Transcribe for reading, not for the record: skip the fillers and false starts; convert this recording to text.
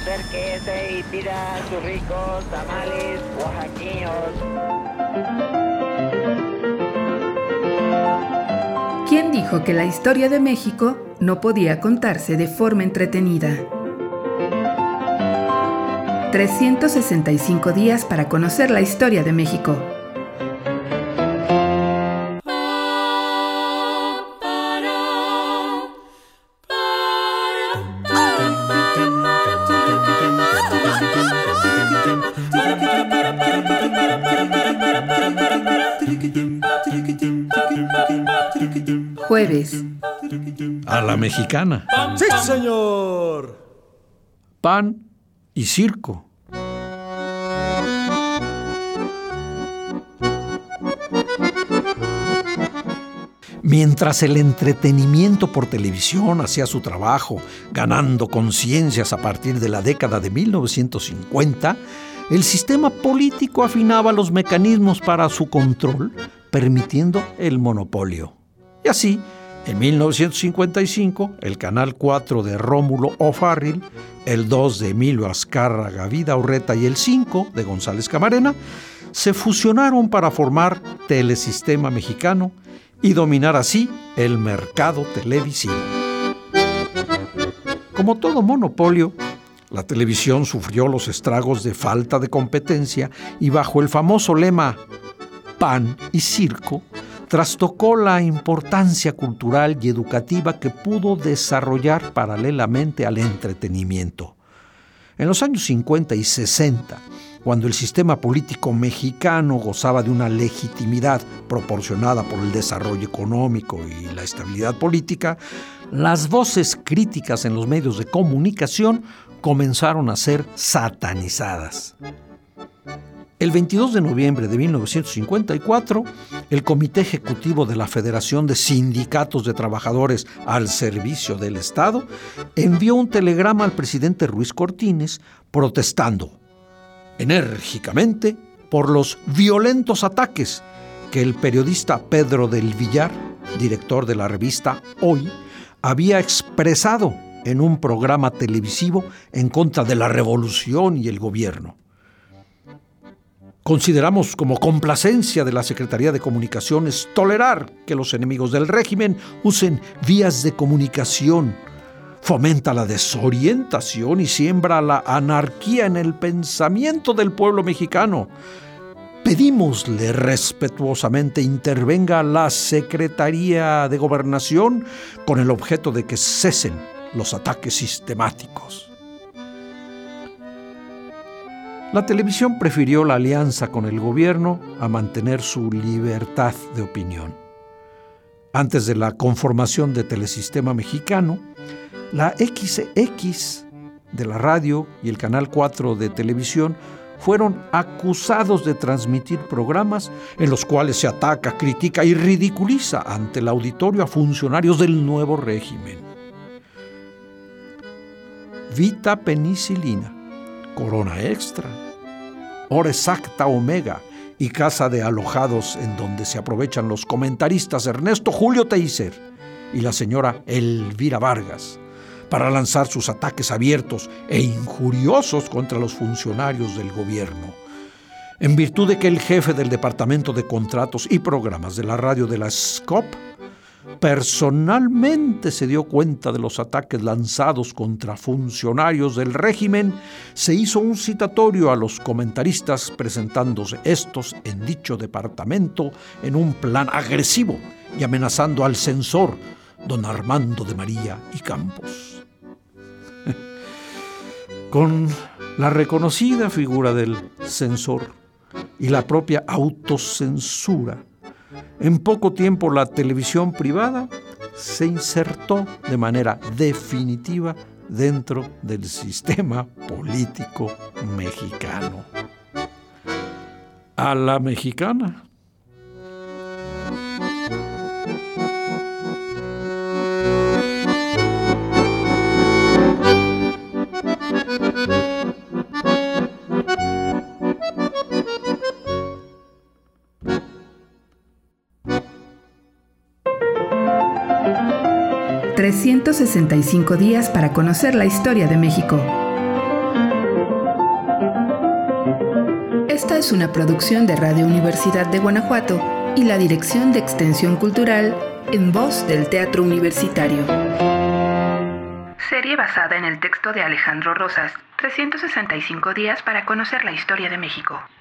Acérquese y pida sus ricos tamales oaxaqueños. ¿Quién dijo que la historia de México no podía contarse de forma entretenida? 365 días para conocer la historia de México. Jueves. A la mexicana. ¡Sí, señor! Pan y circo. Mientras el entretenimiento por televisión hacía su trabajo, ganando conciencias a partir de la década de 1950, el sistema político afinaba los mecanismos para su control, permitiendo el monopolio. Y así, en 1955, el Canal 4 de Rómulo O'Farrill, el 2 de Emilio Azcárraga Vidaurreta y el 5 de González Camarena se fusionaron para formar Telesistema Mexicano y dominar así el mercado televisivo. Como todo monopolio, la televisión sufrió los estragos de falta de competencia y bajo el famoso lema «Pan y circo», trastocó la importancia cultural y educativa que pudo desarrollar paralelamente al entretenimiento. En los años 50 y 60, cuando el sistema político mexicano gozaba de una legitimidad proporcionada por el desarrollo económico y la estabilidad política, las voces críticas en los medios de comunicación comenzaron a ser satanizadas. El 22 de noviembre de 1954, el Comité Ejecutivo de la Federación de Sindicatos de Trabajadores al Servicio del Estado envió un telegrama al presidente Ruiz Cortines protestando enérgicamente por los violentos ataques que el periodista Pedro del Villar, director de la revista Hoy, había expresado en un programa televisivo en contra de la revolución y el gobierno. Consideramos como complacencia de la Secretaría de Comunicaciones tolerar que los enemigos del régimen usen vías de comunicación. Fomenta la desorientación y siembra la anarquía en el pensamiento del pueblo mexicano. Pedímosle respetuosamente intervenga la Secretaría de Gobernación con el objeto de que cesen los ataques sistemáticos. La televisión prefirió la alianza con el gobierno a mantener su libertad de opinión. Antes de la conformación de Telesistema Mexicano, la XX de la radio y el Canal 4 de televisión fueron acusados de transmitir programas en los cuales se ataca, critica y ridiculiza ante el auditorio a funcionarios del nuevo régimen. Vita Penicilina, Corona Extra, Hora Exacta Omega y Casa de Alojados, en donde se aprovechan los comentaristas Ernesto Julio Teiser y la señora Elvira Vargas para lanzar sus ataques abiertos e injuriosos contra los funcionarios del gobierno. En virtud de que el jefe del Departamento de Contratos y Programas de la radio de la SCOP personalmente se dio cuenta de los ataques lanzados contra funcionarios del régimen, se hizo un citatorio a los comentaristas presentándose estos en dicho departamento en un plan agresivo y amenazando al censor, don Armando de María y Campos. Con la reconocida figura del censor y la propia autocensura, en poco tiempo la televisión privada se insertó de manera definitiva dentro del sistema político mexicano. A la mexicana. ...365 días para conocer la historia de México. Esta es una producción de Radio Universidad de Guanajuato y la Dirección de Extensión Cultural en voz del Teatro Universitario. Serie basada en el texto de Alejandro Rosas, 365 días para conocer la historia de México.